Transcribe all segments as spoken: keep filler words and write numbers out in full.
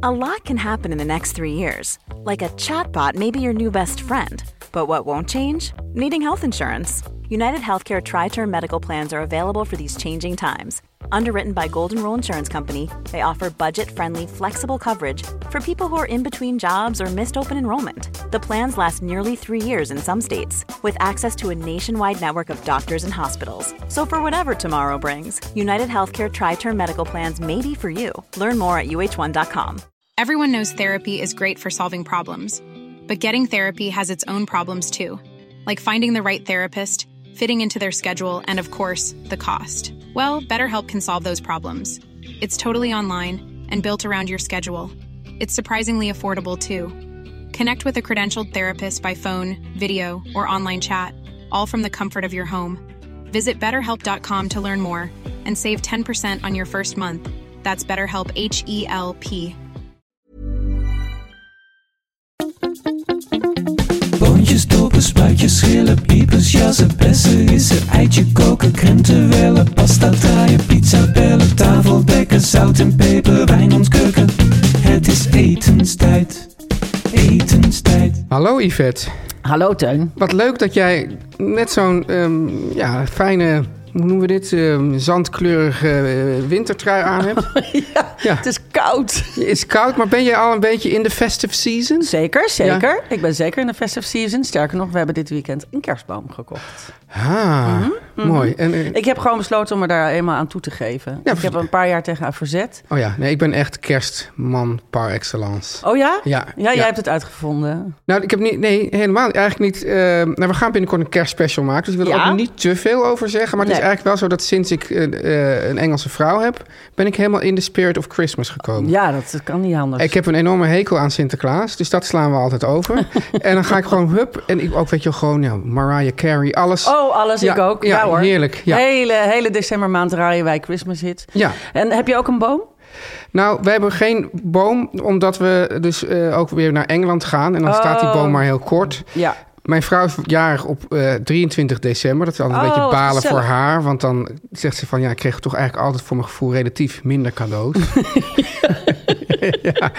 A lot can happen in the next three years. Like a chatbot may be your new best friend. But what won't change? Needing health insurance. United Healthcare Tri-Term Medical Plans are available for these changing times. Underwritten by Golden Rule Insurance Company, they offer budget-friendly, flexible coverage for people who are in between jobs or missed open enrollment. The plans last nearly three years in some states, with access to a nationwide network of doctors and hospitals. So for whatever tomorrow brings, United Healthcare Tri-Term Medical Plans may be for you. Learn more at U H one dot com. Everyone knows therapy is great for solving problems. But getting therapy has its own problems too. Like finding the right therapist, fitting into their schedule, and of course, the cost. Well, BetterHelp can solve those problems. It's totally online and built around your schedule. It's surprisingly affordable too. Connect with a credentialed therapist by phone, video, or online chat, all from the comfort of your home. Visit better help dot com to learn more and save ten percent on your first month. That's BetterHelp, H E L P. Boontjes, dopen, spuitjes, schillen, piepers, jassen, bessen, rissen, eitje koken, krenten wellen, pasta draaien, pizza bellen, tafel dekken, zout en peper, wijn ontkurken. Het is etenstijd, etenstijd. Hallo Yvette. Hallo Teun. Wat leuk dat jij net zo'n um, ja, fijne, hoe noemen we dit, um, zandkleurige uh, wintertrui aan hebt. ja, ja, het is koud. Het is koud, maar ben je al een beetje in de festive season? Zeker, zeker. Ja? Ik ben zeker in de festive season. Sterker nog, we hebben dit weekend een kerstboom gekocht. Ah, mm-hmm, mooi. Mm-hmm. En, uh, ik heb gewoon besloten om me daar eenmaal aan toe te geven. Ja, ik heb er een paar jaar tegen verzet. Oh ja, nee, ik ben echt kerstman par excellence. Oh ja? Ja. Ja, jij ja. hebt het uitgevonden. Nou, ik heb niet, nee, helemaal eigenlijk niet. Uh, nou, we gaan binnenkort een kerstspecial maken, dus ik wil er ja? ook niet te veel over zeggen. Maar het nee. is eigenlijk wel zo dat sinds ik uh, uh, een Engelse vrouw heb, ben ik helemaal in de spirit of Christmas gekomen. Ja, dat, dat kan niet anders. Ik heb een enorme hekel aan Sinterklaas, dus dat slaan we altijd over. En dan ga ik gewoon hup en ik ook weet je gewoon, ja, Mariah Carey, alles. Oh, alles, ja, ik ook. Ja, ja hoor. Heerlijk. Ja. Hele, hele decembermaand draaien wij Christmas hits. Ja. En heb je ook een boom? Nou, we hebben geen boom, omdat we dus uh, ook weer naar Engeland gaan. En dan oh. staat die boom maar heel kort. Ja. Mijn vrouw is jarig op uh, drieëntwintig december. Dat is altijd een oh, beetje balen voor haar. Want dan zegt ze van, ja, ik kreeg toch eigenlijk altijd voor mijn gevoel relatief minder cadeaus. ja.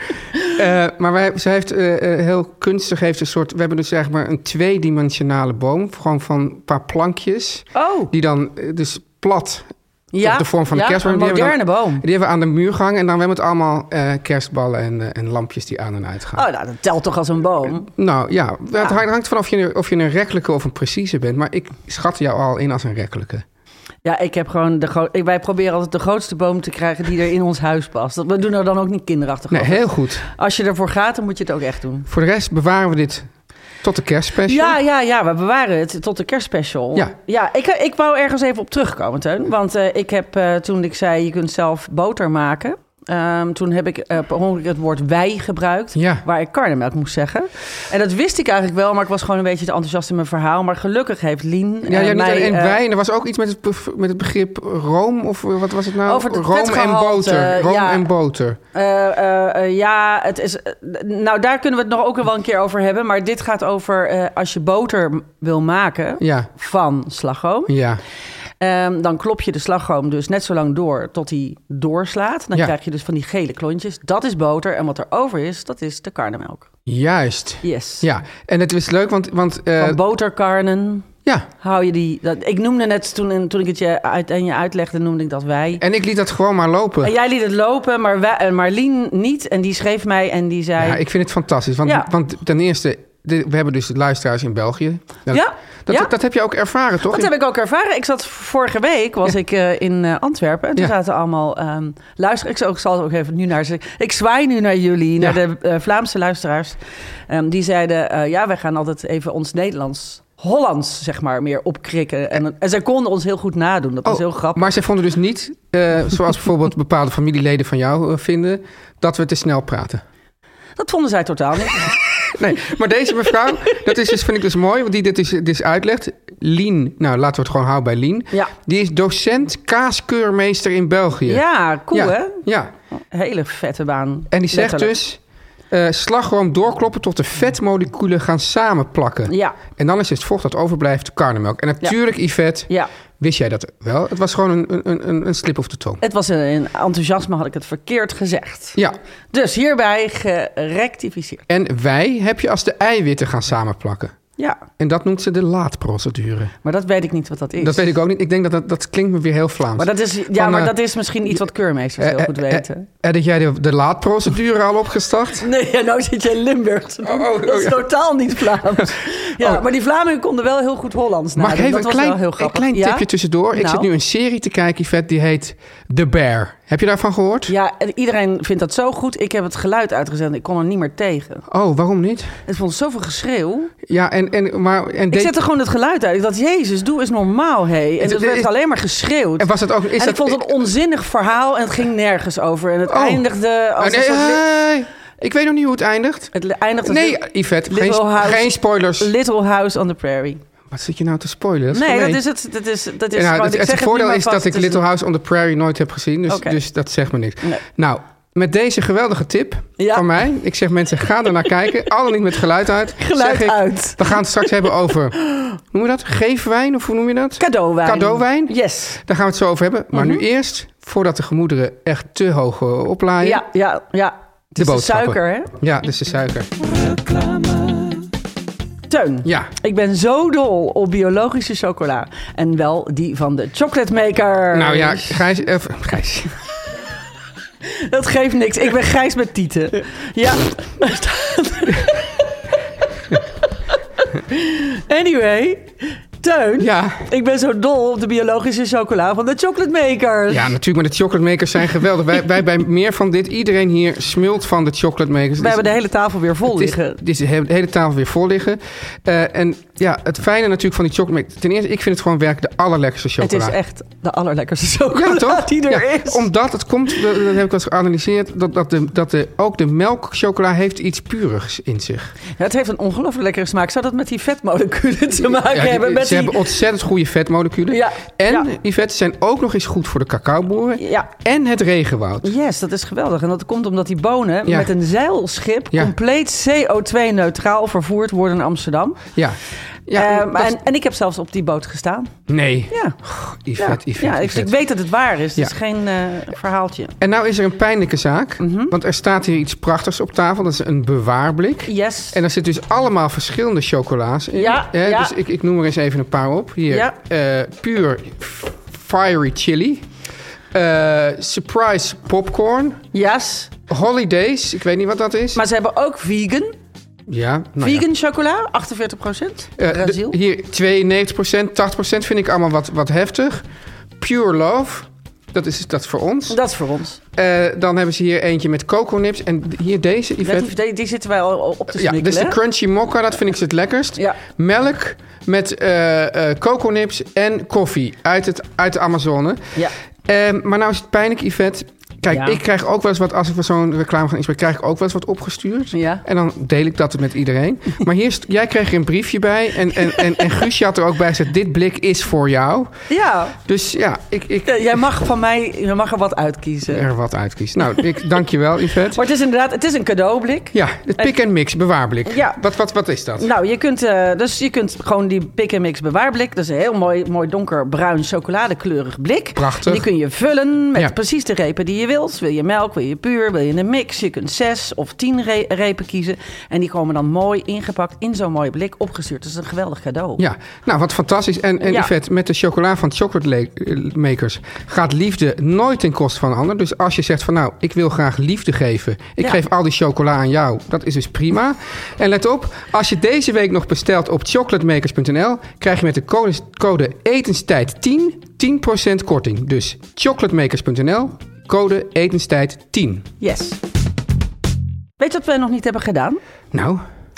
Uh, maar wij, ze heeft uh, heel kunstig heeft een soort. We hebben dus zeg maar een tweedimensionale boom, gewoon van een paar plankjes, oh. die dan uh, dus plat. Ja, de vorm van ja, de kerstboom. Een moderne die dan, boom. Die hebben we aan de muur gehangen en dan hebben we het allemaal uh, kerstballen en, uh, en lampjes die aan en uit gaan. Oh, nou, dat telt toch als een boom? Uh, nou ja, ja. Het hangt van of je, of je een rekkelijke of een precieze bent. Maar ik schat jou al in als een rekkelijke. Ja, ik heb gewoon de gro- wij proberen altijd de grootste boom te krijgen die er in ons huis past. We doen er dan ook niet kinderachtig over. Nee, heel goed. Als je ervoor gaat, dan moet je het ook echt doen. Voor de rest bewaren we dit tot de kerstspecial. Ja, ja, ja, we bewaren het tot de kerstspecial. Ja, ja ik, ik wou ergens even op terugkomen, Teun. Want uh, ik heb uh, toen ik zei, je kunt zelf boter maken. Um, toen heb ik uh, per ongeluk het woord wij gebruikt, ja. waar ik karnemelk moest zeggen. En dat wist ik eigenlijk wel, maar ik was gewoon een beetje te enthousiast in mijn verhaal. Maar gelukkig heeft Lien... Ja, ja, uh, niet mij, alleen uh, wij. En er was ook iets met het, met het begrip room, of wat was het nou? Over het room en boter. Room ja. en boter. Uh, uh, uh, ja, het is... Uh, nou, daar kunnen we het nog ook wel een keer over hebben. Maar dit gaat over uh, als je boter wil maken ja. van slagroom. Ja. Um, dan klop je de slagroom dus net zo lang door tot hij doorslaat. Dan ja. krijg je dus van die gele klontjes. Dat is boter. En wat er over is, dat is de karnemelk. Juist. Yes. Ja, en het is leuk, want... want uh, van boterkarnen... Ja. Hou je die... Dat, ik noemde net, toen, toen ik het je uit, en je uitlegde, noemde ik dat wij. En ik liet dat gewoon maar lopen. En jij liet het lopen, maar wij, Marlien niet. En die schreef mij en die zei... Ja, ik vind het fantastisch. Want, ja. want ten eerste, de, we hebben dus luisteraars in België. Dat, ja. Dat, ja. dat heb je ook ervaren, toch? Dat heb ik ook ervaren. Ik zat vorige week, was ja. ik uh, in uh, Antwerpen. En toen ja. zaten allemaal um, luisteraars. Ik, ik zal ook even nu naar... Ik zwaai nu naar jullie, ja. naar de uh, Vlaamse luisteraars. Um, die zeiden, uh, ja, wij gaan altijd even ons Nederlands... Hollands, zeg maar, meer opkrikken. En, en zij konden ons heel goed nadoen. Dat was oh, heel grappig. Maar zij vonden dus niet, uh, zoals bijvoorbeeld bepaalde familieleden van jou uh, vinden... dat we te snel praten. Dat vonden zij totaal niet. Nee, maar deze mevrouw, dat is dus, vind ik dus mooi, want die dit dus, dit uitlegt. Lien, nou laten we het gewoon houden bij Lien. Ja. Die is docent kaaskeurmeester in België. Ja, cool ja. hè? Ja. Hele vette baan. En die zegt letterlijk. dus... Uh, slagroom doorkloppen tot de vetmoleculen gaan samenplakken. Ja. En dan is het vocht dat overblijft karnemelk. En natuurlijk, ja. Yvette, ja. Wist jij dat wel? Het was gewoon een, een, een, een slip of the tongue. Het was een, in enthousiasme had ik het verkeerd gezegd. Ja. Dus hierbij gerectificeerd. En wij heb je als de eiwitten gaan samenplakken. Ja. En dat noemt ze de laadprocedure. Maar dat weet ik niet wat dat is. Dat weet ik ook niet. Ik denk dat dat, dat klinkt me weer heel Vlaams. Maar dat is, ja, Van, maar uh, dat is misschien iets wat keurmeesters heel uh, goed uh, weten. Uh, uh, dat jij de, de laadprocedure al opgestart? Nee, ja, nou zit je in Limburg te doen. Oh, oh, oh, dat is ja. totaal niet Vlaams. Ja, Oh. Maar die Vlamingen konden wel heel goed Hollands Mag ik nadoen. even Dat een was wel klein, heel een grappig. klein Ja? tipje tussendoor? Ik Nou. zit nu een serie te kijken, Yvette, die heet The Bear. Heb je daarvan gehoord? Ja, en iedereen vindt dat zo goed. Ik heb het geluid uitgezet. Ik kon er niet meer tegen. Oh, waarom niet? Ik vond zoveel geschreeuw. Ja, en... en, maar, en Ik deed- zette gewoon het geluid uit. Ik dacht, Jezus, doe eens normaal, hé. En Het- het werd is- alleen maar geschreeuwd. En was het ook... Is en dat, ik vond het een onzinnig verhaal en het ging nergens over. En het Oh. eindigde als Oh, nee, een soort... li- hey, ik weet nog niet hoe het eindigt. Het eindigde als Nee, Yvette, geen, Little House- geen spoilers. Little House on the Prairie. Wat zit je nou te spoilen? Dat is Nee, gemeen. dat is het. Dat is, dat is Nou, gewoon, het ik het zeg nu voordeel maar is vast, dat ik het is Little een- House on the Prairie nooit heb gezien. Dus, Oké. dus dat zegt me niks. Nee. Nou, met deze geweldige tip Ja. van mij. Ik zeg mensen, ga er naar kijken. Al dan niet met geluid uit. Geluid zeg ik, uit. We gaan het straks hebben over... Hoe noem je dat? Geefwijn? Of hoe noem je dat? Cadeauwijn. Cadeauwijn? Yes. Daar gaan we het zo over hebben. Maar nu eerst, voordat de gemoederen echt te hoog uh, oplaaien. Ja, ja, ja. De Het is de boodschappen. suiker, hè? Ja, dus de suiker. Teun. Ja. Ik ben zo dol op biologische chocola. En wel die van de chocolate maker. Nou ja, Gijs... Uh, Gijs. Dat geeft niks. Ik ben Gijs met tieten. Ja. Anyway, Teun. Ja. Ik ben zo dol op de biologische chocola van de chocolate makers. Ja, natuurlijk, maar de chocolate makers zijn geweldig. wij, wij bij meer van dit, iedereen hier smult van de chocolate makers. We hebben de hele tafel weer vol Het is, liggen. het is de hele- de hele tafel weer vol liggen. Uh, en ja, het fijne natuurlijk van die chocolate makers... Ten eerste, ik vind het gewoon werkelijk de allerlekkerste chocola. Het is echt de allerlekkerste chocola Ja, toch? die er Ja, is. omdat het komt, dat dat heb ik wel eens geanalyseerd... dat, dat, de, dat de, ook de melkchocola heeft iets purigs in zich. Ja, het heeft een ongelooflijk lekkere smaak. Zou dat met die vetmoleculen te maken Ja, die- hebben? Met ze die... hebben ontzettend goede vetmoleculen. Ja, En, ja. Yvette, ze zijn ook nog eens goed voor de cacaoboeren... Ja. en het regenwoud. Yes, dat is geweldig. En dat komt omdat die bonen Ja. met een zeilschip... Ja. compleet C O twee neutraal vervoerd worden naar Amsterdam. Ja. Ja, Ja, dat is- en, en ik heb zelfs op die boot gestaan. Nee. Ja, Yvette, ja. Yvette, ja ik, Yvette. ik weet dat het waar is. Het Ja. is geen eh, verhaaltje. En nou is er een pijnlijke zaak. Mhm. Want er staat hier iets prachtigs op tafel. Dat is een bewaarblik. Yes. En daar zitten dus allemaal verschillende chocola's in. Ja, Hè, ja. Dus ik, ik noem er eens even een paar op. Hier, Ja. eh, puur fiery chili. Eh, surprise popcorn. Yes. Holidays, ik weet niet wat dat is. Maar ze hebben ook vegan. ja, nou ja. Vegan chocola, achtenveertig procent. Eh, de- Brazil. hier tweeënnegentig procent, tachtig procent vind ik allemaal wat, wat heftig. Pure love, dat is dat is voor ons. Dat is voor ons. Eh, dan hebben ze hier eentje met coconips. En hier deze, Yvette. Die, die, die zitten wij al op te Ja, smikkelen. dit is de hè? crunchy mocha, dat vind ik het lekkerst. Ja. Melk met eh eh coconips en koffie uit, het, uit de Amazone. Ja. Ehm, maar nou is het pijnlijk, Yvette. Kijk, Ja. ik krijg ook wel eens wat, als ik voor zo'n reclame ga inspreken, krijg ik ook wel eens wat opgestuurd. Ja. En dan deel ik dat met iedereen. Maar hier, st- jij kreeg er een briefje bij. En, en, en, en Guusje had er ook bij gezegd, dit blik is voor jou. Ja. Dus ja, ik, ik Ja, jij mag van mij je mag er wat uitkiezen. er wat uitkies. Nou, ik dank je wel, Yvette. Maar het is inderdaad, het is een cadeaublik. Ja, het pick and mix bewaarblik. Ja. Wat, wat, wat is dat? Nou, je kunt, eh, dus je kunt gewoon die pick and mix bewaarblik. Dat is een heel mooi, mooi donkerbruin chocoladekleurig blik. Prachtig. En die kun je vullen met Ja. precies de repen die je wilt. Wil je melk, wil je puur, wil je een mix. Je kunt zes of tien re- repen kiezen. En die komen dan mooi ingepakt in zo'n mooi blik opgestuurd. Dat is een geweldig cadeau. Ja, nou wat fantastisch. En, en Ja. Yvette, met de chocola van Chocolate Le- Makers gaat liefde nooit ten koste van een ander. Dus als je zegt van nou, ik wil graag liefde geven. Ik Ja. geef al die chocola aan jou. Dat is dus prima. En let op, als je deze week nog bestelt op chocolatemakers punt n l... krijg je met de code, code etenstijd tien tien procent korting. Dus chocolatemakers punt n l, code etenstijd tien. Yes. Weet je wat we nog niet hebben gedaan? Nou,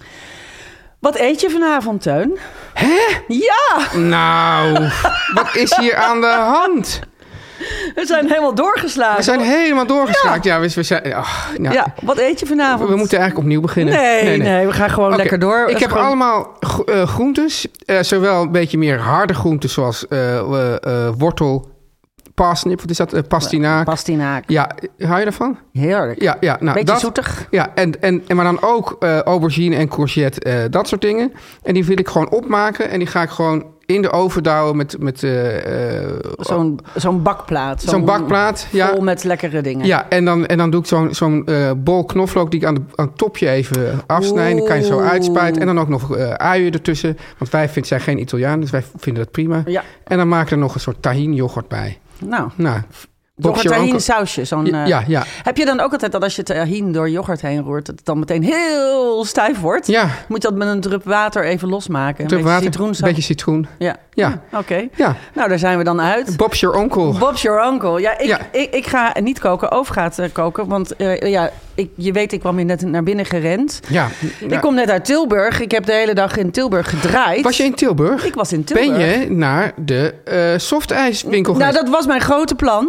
Wat eet je vanavond, Teun? hè? Ja, Nou, wat is hier aan de hand? we zijn helemaal doorgeslagen. We zijn helemaal doorgeslaakt. Ja, we, we zijn... ach, nou, Ja, wat eet je vanavond? We moeten eigenlijk opnieuw beginnen. Nee, nee, we gaan gewoon Oké, lekker door. Ik Het is heb gewoon- allemaal gro- eh, groentes. Eh, zowel een beetje meer harde groenten zoals eh, eh, eh, wortel, parsnip. Wat is dat? Eh, pastinaak. Pastinaak. Ja, hou je ervan? Heerlijk. Ja, ja. Nou, Beetje dat, zoetig. Ja, en, en, en maar dan ook eh, aubergine en courgette, eh, dat soort dingen. En die wil ik gewoon opmaken. En die ga ik gewoon in de oven douwen met... met uh, uh, zo'n, zo'n bakplaat. Zo'n, zo'n bakplaat, ja. Vol met lekkere dingen. Ja, en dan, en dan doe ik zo'n, zo'n uh, bol knoflook die ik aan, de, aan het topje even afsnijd. Dan kan je zo uitspuiten. En dan ook nog uh, uien ertussen. Want wij vinden, zijn geen Italiaan, dus wij vinden dat prima. Ja. En dan maak ik er nog een soort tahin yoghurt bij. Nou... nou Yoghurt tahin sausje. Zo'n, ja, ja, ja. Heb je dan ook altijd dat als je tahin door yoghurt heen roert... dat het dan meteen heel stijf wordt? Ja. Moet je dat met een drup water even losmaken? Een drup beetje water, citroensap? Een beetje citroen. Ja. Ja. Oké. Okay. Ja. Nou, daar zijn we dan uit. Bob's your uncle. Bob's your uncle. Ja, ik, ja. ik, ik ga niet koken. Over gaat uh, koken. Want uh, ja, ik, je weet, ik kwam hier net naar binnen gerend. Ja. Ik kom net uit Tilburg. Ik heb de hele dag in Tilburg gedraaid. Was je in Tilburg? Ik was in Tilburg. Ben je naar de uh, softijswinkel geweest? Nou, dat was mijn grote plan.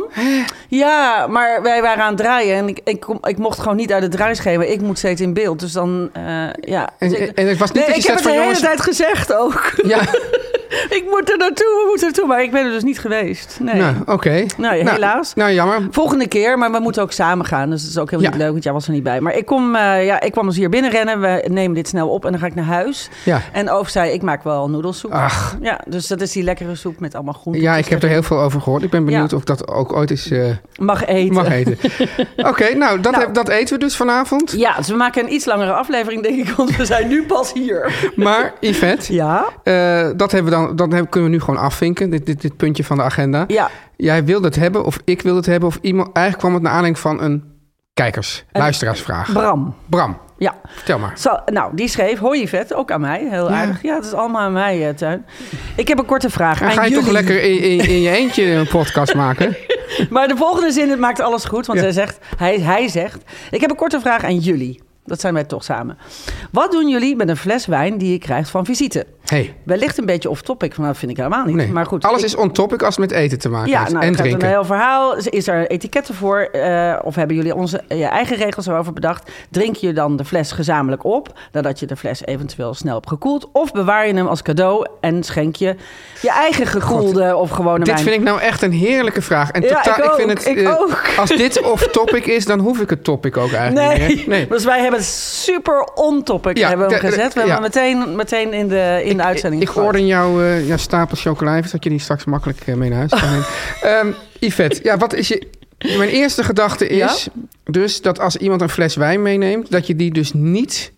Ja, maar wij waren aan het draaien. En ik, ik, kom, ik mocht gewoon niet uit het draaischema. Ik moet steeds in beeld. Dus dan, uh, ja. En, dus ik, en het was niet nee, dat je ik heb het de hele jongens... tijd gezegd ook. Ja. Ik moet er naartoe, we moeten er naartoe. Maar ik ben er dus niet geweest. Nee. Nou, oké. Okay. Nou, nou, helaas. Nou, jammer. Volgende keer, maar we moeten ook samen gaan. Dus dat is ook helemaal ja. niet leuk, want jij was er niet bij. Maar ik, kom, uh, ja, ik kwam dus hier binnenrennen. We nemen dit snel op en dan ga ik naar huis. Ja. En Oof zei, ik maak wel noedelsoep. Ach. Ja, dus dat is die lekkere soep met allemaal groenten. Ja, ik heb er heel veel over gehoord. Ik ben benieuwd ja. of dat ook ooit eens... Uh, mag eten. Mag eten. Oké, okay, nou, dat, nou, heb, dat eten we dus vanavond. Ja, dus we maken een iets langere aflevering, denk ik. Want we zijn nu pas hier. Maar, Yvette, ja? uh, dat, hebben we dan, dat hebben, kunnen we nu gewoon afvinken. Dit, dit, dit puntje van de agenda. Ja. Jij wilde het hebben, of ik wilde het hebben, of iemand... Eigenlijk kwam het naar aanleiding van een kijkers, een luisteraarsvraag. Bram. Bram. Ja. Vertel maar. Zo, nou, die schreef, hoi Yvette, ook aan mij. Heel ja. aardig. Ja, het is allemaal aan mij, uh, Tuin. Ik heb een korte vraag Dan aan ga je jullie. toch lekker in, in, in je eentje een podcast maken? Maar de volgende zin, het maakt alles goed. Want ja. hij, zegt, hij, hij zegt, ik heb een korte vraag aan jullie. Dat zijn wij toch samen. Wat doen jullie met een fles wijn die je krijgt van visite? Hey. Wellicht een beetje off-topic, van dat vind ik helemaal niet. Nee. Maar goed, alles ik... is on-topic als het met eten te maken ja, heeft. Nou, en het drinken. Een heel verhaal. Is er etiketten voor? Uh, of hebben jullie onze je eigen regels erover bedacht? Drink je dan de fles gezamenlijk op, nadat je de fles eventueel snel hebt gekoeld? Of bewaar je hem als cadeau en schenk je je eigen gekoelde God, of gewone dit wijn? Dit vind ik nou echt een heerlijke vraag. En ja, totaal, ik, ook, ik vind het, ik uh, ook. Als dit off-topic is, dan hoef ik het topic ook eigenlijk nee. niet meer. Nee, dus wij hebben het super on-topic ja, hebben we hem gezet. We ja. hebben meteen, meteen in de, in de ik, uitzending Ik, ik hoorde in jouw, uh, jouw stapel chocola, dat je die straks makkelijk uh, mee naar huis kan nemen. um, Yvette, ja, wat is je... Mijn eerste gedachte is ja? dus dat als iemand een fles wijn meeneemt, dat je die dus niet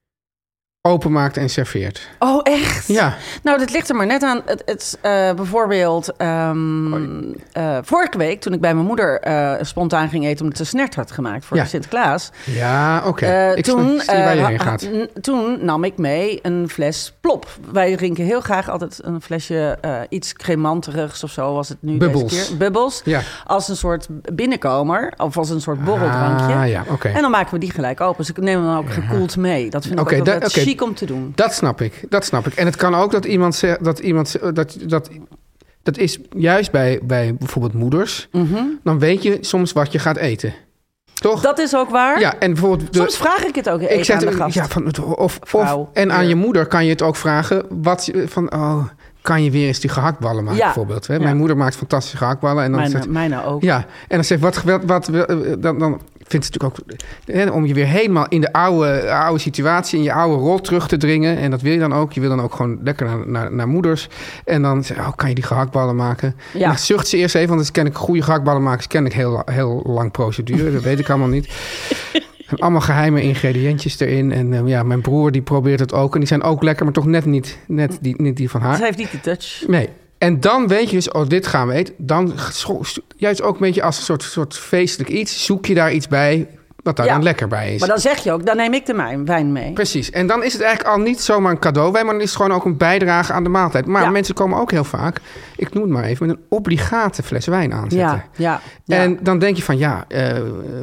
openmaakt en serveert. Oh, echt? Ja. Nou, dat ligt er maar net aan. Het, het, uh, bijvoorbeeld, um, uh, vorige week toen ik bij mijn moeder uh, spontaan ging eten omdat ze snert had gemaakt voor ja. Sinterklaas. Ja, oké. Okay. Uh, ik toen, zie waar je heen gaat. Uh, toen nam ik mee een fles plop. Wij drinken heel graag altijd een flesje uh, iets cremanterigs of zo, was het nu Bubbles. deze keer. Bubbles. Ja. Als een soort binnenkomer of als een soort borreldrankje. Ah, ja, okay. En dan maken we die gelijk open. Dus ik neem hem dan ook gekoeld mee. Dat vind ik okay, ook dat, altijd okay. chic om te doen. Dat snap ik, dat snap ik. En het kan ook dat iemand zegt, dat iemand dat, dat, dat is juist bij, bij bijvoorbeeld moeders. Mm-hmm. Dan weet je soms wat je gaat eten. Toch? Dat is ook waar. Ja, en bijvoorbeeld de, soms vraag ik het ook even ik zeg, aan de gast. Ja, van, of, of, en aan ja. je moeder kan je het ook vragen. Wat, van, oh, kan je weer eens die gehaktballen maken, ja. bijvoorbeeld. Hè? Ja. Mijn moeder maakt fantastische gehaktballen. En dan mijn, zegt, mijne ook. Ja, en dan zegt wat, wat, wat dan, dan vindt het natuurlijk ook... Hè, om je weer helemaal in de oude, oude situatie, in je oude rol terug te dringen. En dat wil je dan ook. Je wil dan ook gewoon lekker naar, naar, naar moeders. En dan zeg je, oh, kan je die gehaktballen maken? Ja. En dan zucht ze eerst even, want dat ken ik goede gehaktballen maken. ken ik heel, heel lang procedure. Dat weet ik allemaal niet. En allemaal geheime ingrediëntjes erin. En uh, ja, mijn broer die probeert het ook. En die zijn ook lekker, maar toch net niet, net die, niet die van haar. Ze heeft niet de touch. Nee. En dan weet je dus, oh, dit gaan we eten. Dan juist ook een beetje als een soort, soort feestelijk iets. Zoek je daar iets bij wat daar ja, dan lekker bij is. Maar dan zeg je ook, dan neem ik de wijn mee. Precies. En dan is het eigenlijk al niet zomaar een cadeauwijn, maar dan is het gewoon ook een bijdrage aan de maaltijd. Maar ja. mensen komen ook heel vaak, ik noem het maar even, met een obligate fles wijn aanzetten. Ja, ja, ja. En dan denk je van, ja... Uh,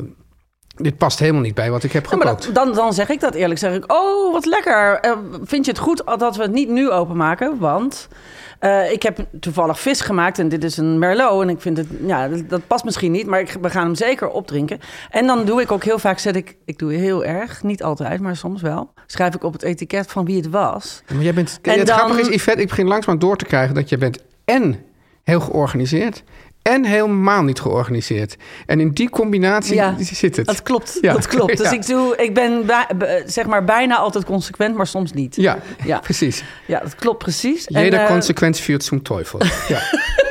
dit past helemaal niet bij wat ik heb gekookt. Ja, dan, dan zeg ik dat eerlijk. Zeg ik, oh, wat lekker. Uh, vind je het goed dat we het niet nu openmaken? Want uh, ik heb toevallig vis gemaakt en dit is een merlot. En ik vind het, ja, dat, dat past misschien niet, maar ik, we gaan hem zeker opdrinken. En dan doe ik ook heel vaak, zet ik, ik doe heel erg, niet altijd, maar soms wel. Schrijf ik op het etiket van wie het was. Maar jij bent, en het dan, grappige is, Yvette, ik begin langzaam door te krijgen dat je bent en heel georganiseerd... en helemaal niet georganiseerd. En in die combinatie Ja, zit het. Dat klopt, Ja. dat klopt. Dus Ja. ik, doe, ik ben bij- be- zeg maar bijna altijd consequent, maar soms niet. Ja, Ja. precies. Ja, dat klopt precies. Jeder En, eh, consequentie führt zum Teufel. Ja.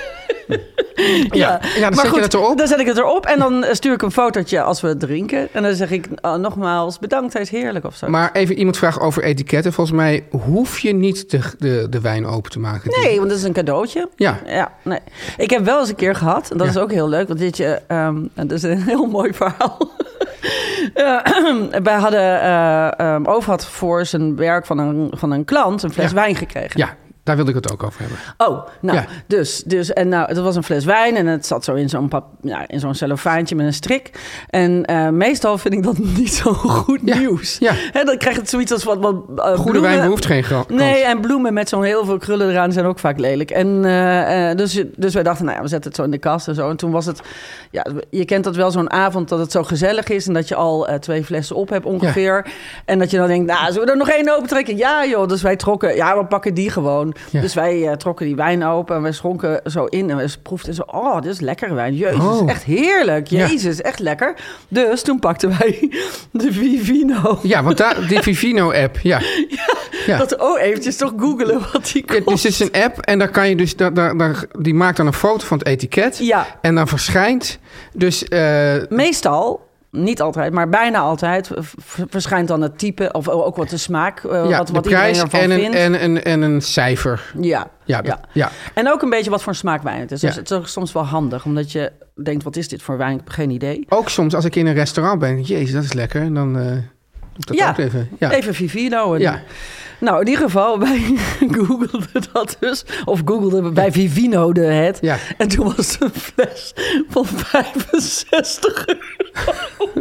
Ja, ja, dan zet je het erop. Dan zet ik het erop en dan stuur ik een fotootje als we het drinken. En dan zeg ik oh, nogmaals bedankt, hij is heerlijk of zo. Maar even iemand vragen over etiketten. Volgens mij hoef je niet de, de, de wijn open te maken. Nee, want dat is een cadeautje. Ja. Ja, nee. Ik heb wel eens een keer gehad, en dat Ja. is ook heel leuk, want dit je, um, dat is een heel mooi verhaal. Uh, wij hadden, uh, um, Over had voor zijn werk van een, van een klant een fles Ja. wijn gekregen. Ja, daar wilde ik het ook over hebben. Oh, nou, Ja. dus, dus, en nou, het was een fles wijn en het zat zo in zo'n, pap, ja, in zo'n cellofaantje met een strik. En uh, meestal vind ik dat niet zo goed Ja. nieuws. Ja. Hè, dan krijg je het zoiets als wat, wat uh, Goede bloemen. wijn behoeft geen gra- kans. Nee, en bloemen met zo'n heel veel krullen eraan zijn ook vaak lelijk. En uh, uh, dus, dus wij dachten, nou ja, we zetten het zo in de kast en zo. En toen was het, ja, je kent dat wel, zo'n avond dat het zo gezellig is en dat je al uh, twee flessen op hebt ongeveer. Ja. En dat je dan denkt, nou, zullen we er nog één open trekken? Ja joh, dus wij trokken, ja, we pakken die gewoon. Ja. Dus wij uh, trokken die wijn open en we schonken zo in en we proefden zo, oh, dit is lekkere wijn. Jezus, Oh. echt heerlijk. Jezus, ja. Echt lekker. Dus toen pakten wij de Vivino. Ja, want daar, die Vivino-app, ja. Ja, Ja. Dat, oh, eventjes toch googelen wat die kost. Ja, dus het is een app en daar kan je dus, daar, daar, daar, die maakt dan een foto van het etiket. Ja. En dan verschijnt dus... Uh, Meestal, niet altijd, maar bijna altijd v- verschijnt dan het type of ook wat de smaak, uh, ja, wat, de wat prijs iedereen ervan en een, vindt. en, en, en een cijfer. Ja. Ja, dat, ja. En ook een beetje wat voor smaak wijn het is. Dus Ja. het is ook soms wel handig, omdat je denkt, wat is dit voor wijn? Ik heb geen idee. Ook soms als ik in een restaurant ben, jezus, dat is lekker. En dan uh, doe ik dat Ja, ook even. Ja. Even Vivino. En, Ja. Nou, in ieder geval, wij googelden dat dus. Of googelden we bij Vivino de het. Ja. En toen was het een fles van vijfenzestig euro.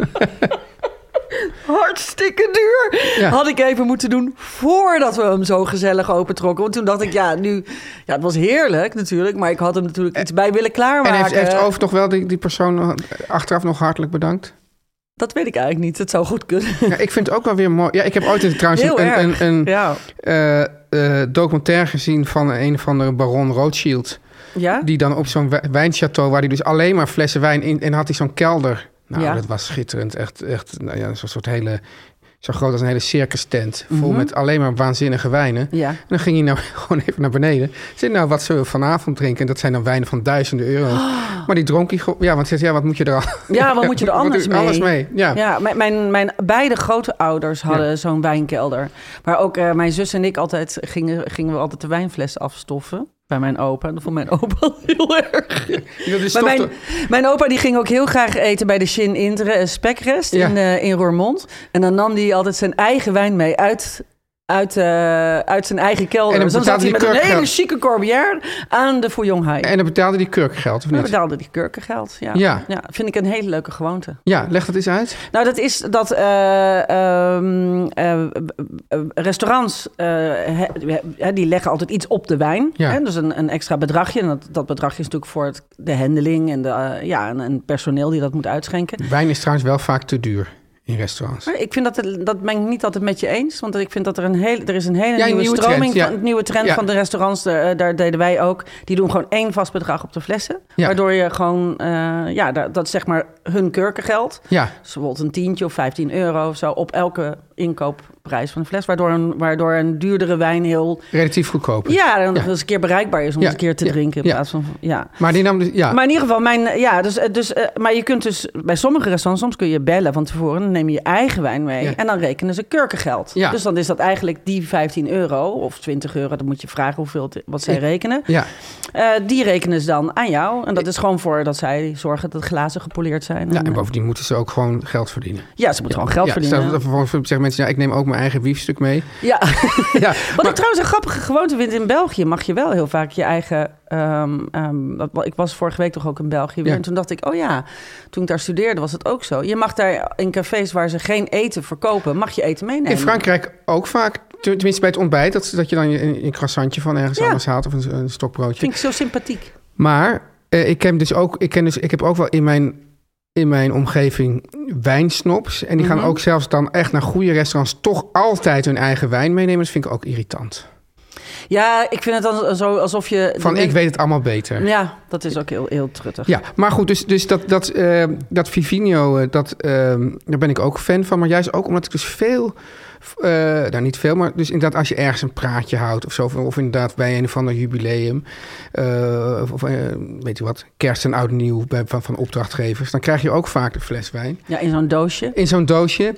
Hartstikke duur. Ja. Had ik even moeten doen voordat we hem zo gezellig opentrokken. Want toen dacht ik, ja, nu... Ja, het was heerlijk natuurlijk. Maar ik had hem natuurlijk iets bij willen klaarmaken. En heeft, heeft Over toch wel die, die persoon achteraf nog hartelijk bedankt? Dat weet ik eigenlijk niet. Het zou goed kunnen. Ja, ik vind het ook wel weer mooi. Ja, ik heb ooit een, trouwens Heel een, erg. een, een Ja. uh, uh, documentaire gezien van een of andere baron Rothschild. Ja? Die dan op zo'n wijnchateau, waar hij dus alleen maar flessen wijn in... en had hij zo'n kelder. Nou, Ja. dat was schitterend. Echt, echt nou ja, zo'n soort hele... zo groot als een hele circus tent. Vol Mm-hmm. met alleen maar waanzinnige wijnen. Ja. En dan ging hij nou gewoon even naar beneden. Zei, nou, wat zullen we vanavond drinken? En dat zijn dan wijnen van duizenden euro's. Oh. Maar die dronk hij gewoon... Ja, want hij zei, ja, wat moet je er al... Ja, wat moet je er Wat anders doe- mee? Alles mee, ja. Ja, mijn, mijn, mijn beide grote ouders hadden Ja. zo'n wijnkelder. Maar ook uh, mijn zus en ik altijd gingen, gingen we altijd de wijnflessen afstoffen. Bij mijn opa. Dat vond mijn opa heel erg. Ja, die Maar mijn, stofte- mijn opa die ging ook heel graag eten bij de Shin Intre uh, Spekrest Ja. in, uh, in Roermond. En dan nam hij altijd zijn eigen wijn mee uit... Uit, uh, uit zijn eigen kelder. En dan Dus dan zat betaalde hij die met een kurkgeld. hele chique corbière aan de Fouillon High. En dan betaalde die kurkgeld, of Dan niet? betaalde die kurkengeld. Ja. Ja. Ja, vind ik een hele leuke gewoonte. Ja, leg dat eens uit. Nou, dat is dat uh, um, uh, restaurants, uh, he, he, die leggen altijd iets op de wijn. Ja. Hè? Dus een, een extra bedragje. En dat, dat bedragje is natuurlijk voor het, de handeling en, de, uh, ja, en, en personeel die dat moet uitschenken. Wijn is trouwens wel vaak te duur in restaurants. Maar ik vind dat, het- dat ben ik niet altijd met je eens. Want ik vind dat er een hele, er is een hele Ja, een nieuwe, nieuwe stroming, trend, ja. van, een nieuwe trend Ja. van de restaurants. Daar, daar deden wij ook. Die doen gewoon één vast bedrag op de flessen. Ja. Waardoor je gewoon, uh, ja, dat, dat is zeg maar hun kurkengeld. Ja, Dus bijvoorbeeld een tientje of vijftien euro of zo op elke inkoopprijs van een fles. Waardoor een, waardoor een duurdere wijn heel... relatief goedkoper. Ja, dan Ja. nog eens een keer bereikbaar is om Ja, eens een keer te ja, drinken. In ja. plaats van, ja. Maar die nam dus... Ja, Maar in ieder geval, mijn, ja, dus, dus, uh, maar je kunt dus bij sommige restaurants, soms kun je bellen van tevoren, dan neem je je eigen wijn mee Ja. en dan rekenen ze kurkengeld. Ja. Dus dan is dat eigenlijk die vijftien euro of twintig euro, dan moet je vragen hoeveel het, wat zij Ja. rekenen. ja. Uh, die rekenen ze dan aan jou en dat is gewoon voor dat zij zorgen dat de glazen gepoleerd zijn. Ja, En, en uh, bovendien moeten ze ook gewoon geld verdienen. ja, ze moeten gewoon geld ja, verdienen. stel dat vervolgens zeggen mensen, ja, ik neem ook mijn eigen biefstuk mee. Ja. Ja, Wat maar- ik trouwens een grappige gewoonte vind, in België mag je wel heel vaak je eigen... Um, um, dat- ik was vorige week toch ook in België weer. Ja. En toen dacht ik, oh ja, toen ik daar studeerde was het ook zo. Je mag daar in cafés waar ze geen eten verkopen, mag je eten meenemen. In Frankrijk ook vaak, tenminste bij het ontbijt, dat, dat je dan je, een croissantje van ergens Ja. anders haalt of een, een stokbroodje. Vind ik zo sympathiek. Maar uh, ik heb dus ook, ik ken dus, ik heb ook wel in mijn, in mijn omgeving wijnsnops. En die Mhm. gaan ook zelfs dan echt naar goede restaurants toch altijd hun eigen wijn meenemen. Dat vind ik ook irritant. Ja, ik vind het dan zo alsof je... Van, ik weet het allemaal beter. Ja, dat is ook heel, heel truttig. Ja, maar goed, dus, dus dat, dat, uh, dat Vivino, uh, dat, uh, daar ben ik ook fan van. Maar juist ook omdat ik dus veel... Uh, nou, niet veel, maar dus inderdaad als je ergens een praatje houdt of zo... of inderdaad bij een of ander jubileum... Uh, of uh, weet je wat, kerst en oud en nieuw bij, van, van opdrachtgevers... dan krijg je ook vaak een fles wijn. Ja, in zo'n doosje. In zo'n doosje.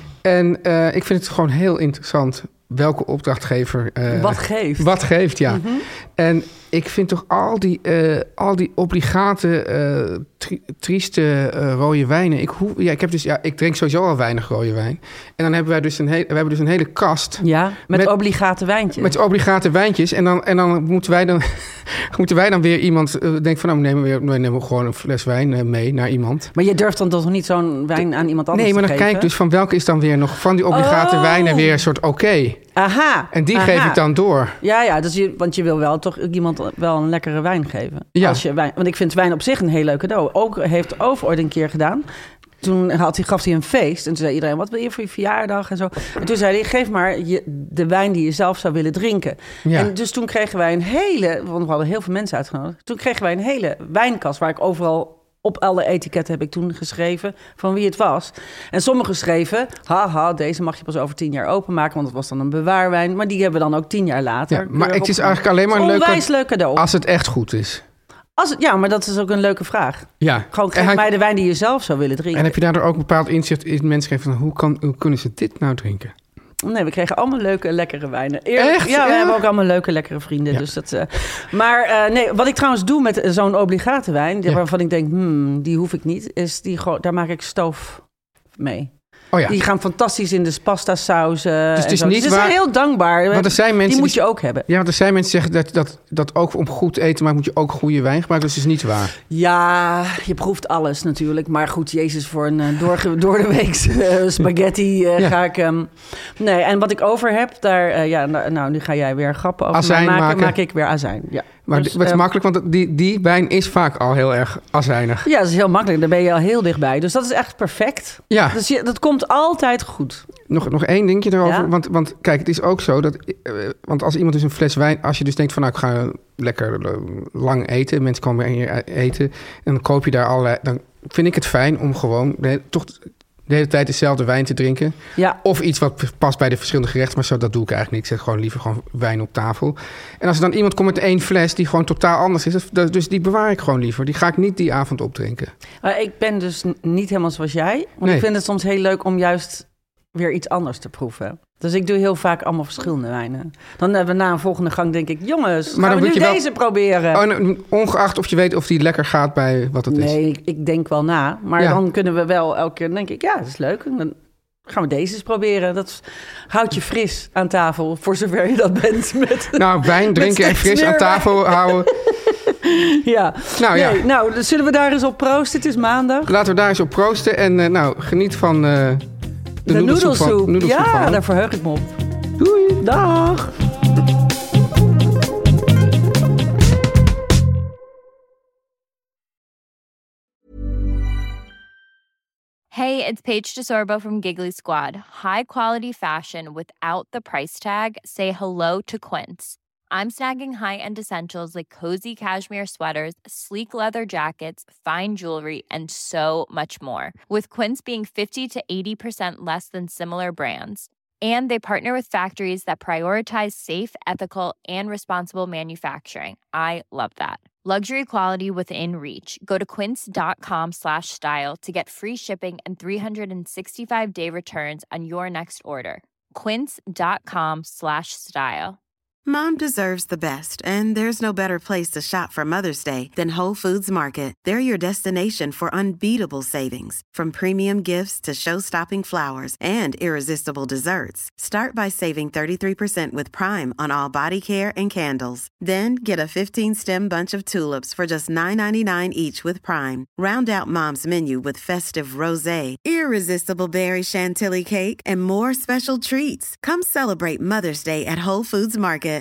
En uh, ik vind het gewoon heel interessant... welke opdrachtgever... Uh, wat geeft. Wat geeft, ja. Mm-hmm. En ik vind toch al die, uh, al die obligate, uh, tri- trieste uh, rode wijnen... Ik, hoef, ja, ik, heb dus, ja, ik drink sowieso al weinig rode wijn. En dan hebben wij dus een, he- we hebben dus een hele kast... Ja, met, met obligate wijntjes. Met obligate wijntjes. En dan, en dan moeten wij dan... moeten wij dan weer iemand... Uh, denken van, nou, we nemen, weer, we nemen gewoon een fles wijn uh, mee naar iemand. Maar je durft dan toch niet zo'n wijn aan iemand anders nee, te maar dan geven? kijk ik dus van welke is dan weer nog... van die obligate oh. wijnen weer een soort oké. Okay. Aha. En die aha. geef ik dan door. Ja, ja, dus je, want je wil wel toch iemand wel een lekkere wijn geven. Ja. Als je wijn, want ik vind wijn op zich een heel leuk cadeau. Ook heeft Over ooit een keer gedaan. Toen had hij, gaf hij een feest. En toen zei iedereen, wat wil je voor je verjaardag? En zo. En toen zei hij, geef maar je, de wijn die je zelf zou willen drinken. Ja. En dus toen kregen wij een hele... Want we hadden heel veel mensen uitgenodigd. Toen kregen wij een hele wijnkast waar ik overal... Op alle etiketten heb ik toen geschreven van wie het was. En sommigen schreven, haha, deze mag je pas over tien jaar openmaken... want het was dan een bewaarwijn. Maar die hebben we dan ook tien jaar later. Ja, maar het is eigenlijk alleen maar een leuk, onwijs leuk cadeau. Als het echt goed is. Als het, ja, maar dat is ook een leuke vraag. Ja. Gewoon, geef hij, mij de wijn die je zelf zou willen drinken. En heb je daardoor ook een bepaald inzicht in mensen geven van... hoe, kan, hoe kunnen ze dit nou drinken? Nee, we kregen allemaal leuke, lekkere wijnen. Eerlijk, Echt? Ja, we ja. hebben ook allemaal leuke, lekkere vrienden. Ja. Dus dat, uh, maar uh, nee, wat ik trouwens doe met zo'n obligate wijn... Ja. waarvan ik denk, hmm, die hoef ik niet... is die gewoon, daar maak ik stoof mee. Oh ja. Die gaan fantastisch in de pasta sauzen. Dus het is niet niet dus waar... is heel dankbaar. Want er zijn mensen die moet die... je ook hebben. Ja, want er zijn mensen die zeggen dat, dat, dat ook om goed eten... maar moet je ook goede wijn gebruiken. Dus het is niet waar. Ja, je proeft alles natuurlijk. Maar goed, Jezus, voor een uh, door, door de week uh, spaghetti uh, ja. ga ik... Um, nee, en wat ik over heb, daar... Uh, ja, nou, nou, nu ga jij weer grappen over azijn maken. maken. Maak ik weer azijn, ja. Maar dus, het is uh, makkelijk, want die, die wijn is vaak al heel erg azijnig. Ja, dat is heel makkelijk. Daar ben je al heel dichtbij. Dus dat is echt perfect. Ja. Dus je, dat komt altijd goed. Nog, nog één dingetje erover. Ja? Want, want kijk, het is ook zo dat... Uh, want als iemand dus een fles wijn... Als je dus denkt van nou, ik ga lekker uh, lang eten. Mensen komen hier eten. En dan koop je daar allerlei... Dan vind ik het fijn om gewoon... De, toch de hele tijd dezelfde wijn te drinken. Ja. Of iets wat past bij de verschillende gerechten. Maar zo, dat doe ik eigenlijk niet. Ik zet gewoon liever gewoon wijn op tafel. En als er dan iemand komt met één fles die gewoon totaal anders is... Dus die bewaar ik gewoon liever. Die ga ik niet die avond opdrinken. Maar ik ben dus niet helemaal zoals jij. Want nee. ik vind het soms heel leuk om juist weer iets anders te proeven. Dus ik doe heel vaak allemaal verschillende wijnen. Dan hebben we na een volgende gang denk ik... jongens, maar gaan dan we nu je wel... deze proberen? Oh, nou, ongeacht of je weet of die lekker gaat bij wat het nee, is. Nee, ik, ik denk wel na. Maar ja. dan kunnen we wel elke keer... denk ik, ja, dat is leuk. En dan gaan we deze eens proberen. Dat houdt je fris aan tafel, voor zover je dat bent. Met, nou, wijn drinken en fris aan tafel houden. Ja. Nou, nee, ja. nou, dus zullen we daar eens op proosten? Het is maandag. Laten we daar eens op proosten. En uh, nou, geniet van... Uh, De, de noedelsoep. noedelsoep. Van, noedelsoep ja, van. daar verheug ik me op. Doei. Dag. Hey, it's Paige DeSorbo from Giggly Squad. High quality fashion without the price tag. Say hello to Quince. I'm snagging high-end essentials like cozy cashmere sweaters, sleek leather jackets, fine jewelry, and so much more. With Quince being fifty to eighty percent less than similar brands. And they partner with factories that prioritize safe, ethical, and responsible manufacturing. I love that. Luxury quality within reach. Go to quince.com slash style to get free shipping and three sixty-five day returns on your next order. Quince.com slash style. Mom deserves the best, and there's no better place to shop for Mother's Day than Whole Foods Market. They're your destination for unbeatable savings, from premium gifts to show-stopping flowers and irresistible desserts. Start by saving thirty-three percent with Prime on all body care and candles. Then get a fifteen-stem bunch of tulips for just nine ninety-nine each with Prime. Round out Mom's menu with festive rosé, irresistible berry chantilly cake, and more special treats. Come celebrate Mother's Day at Whole Foods Market.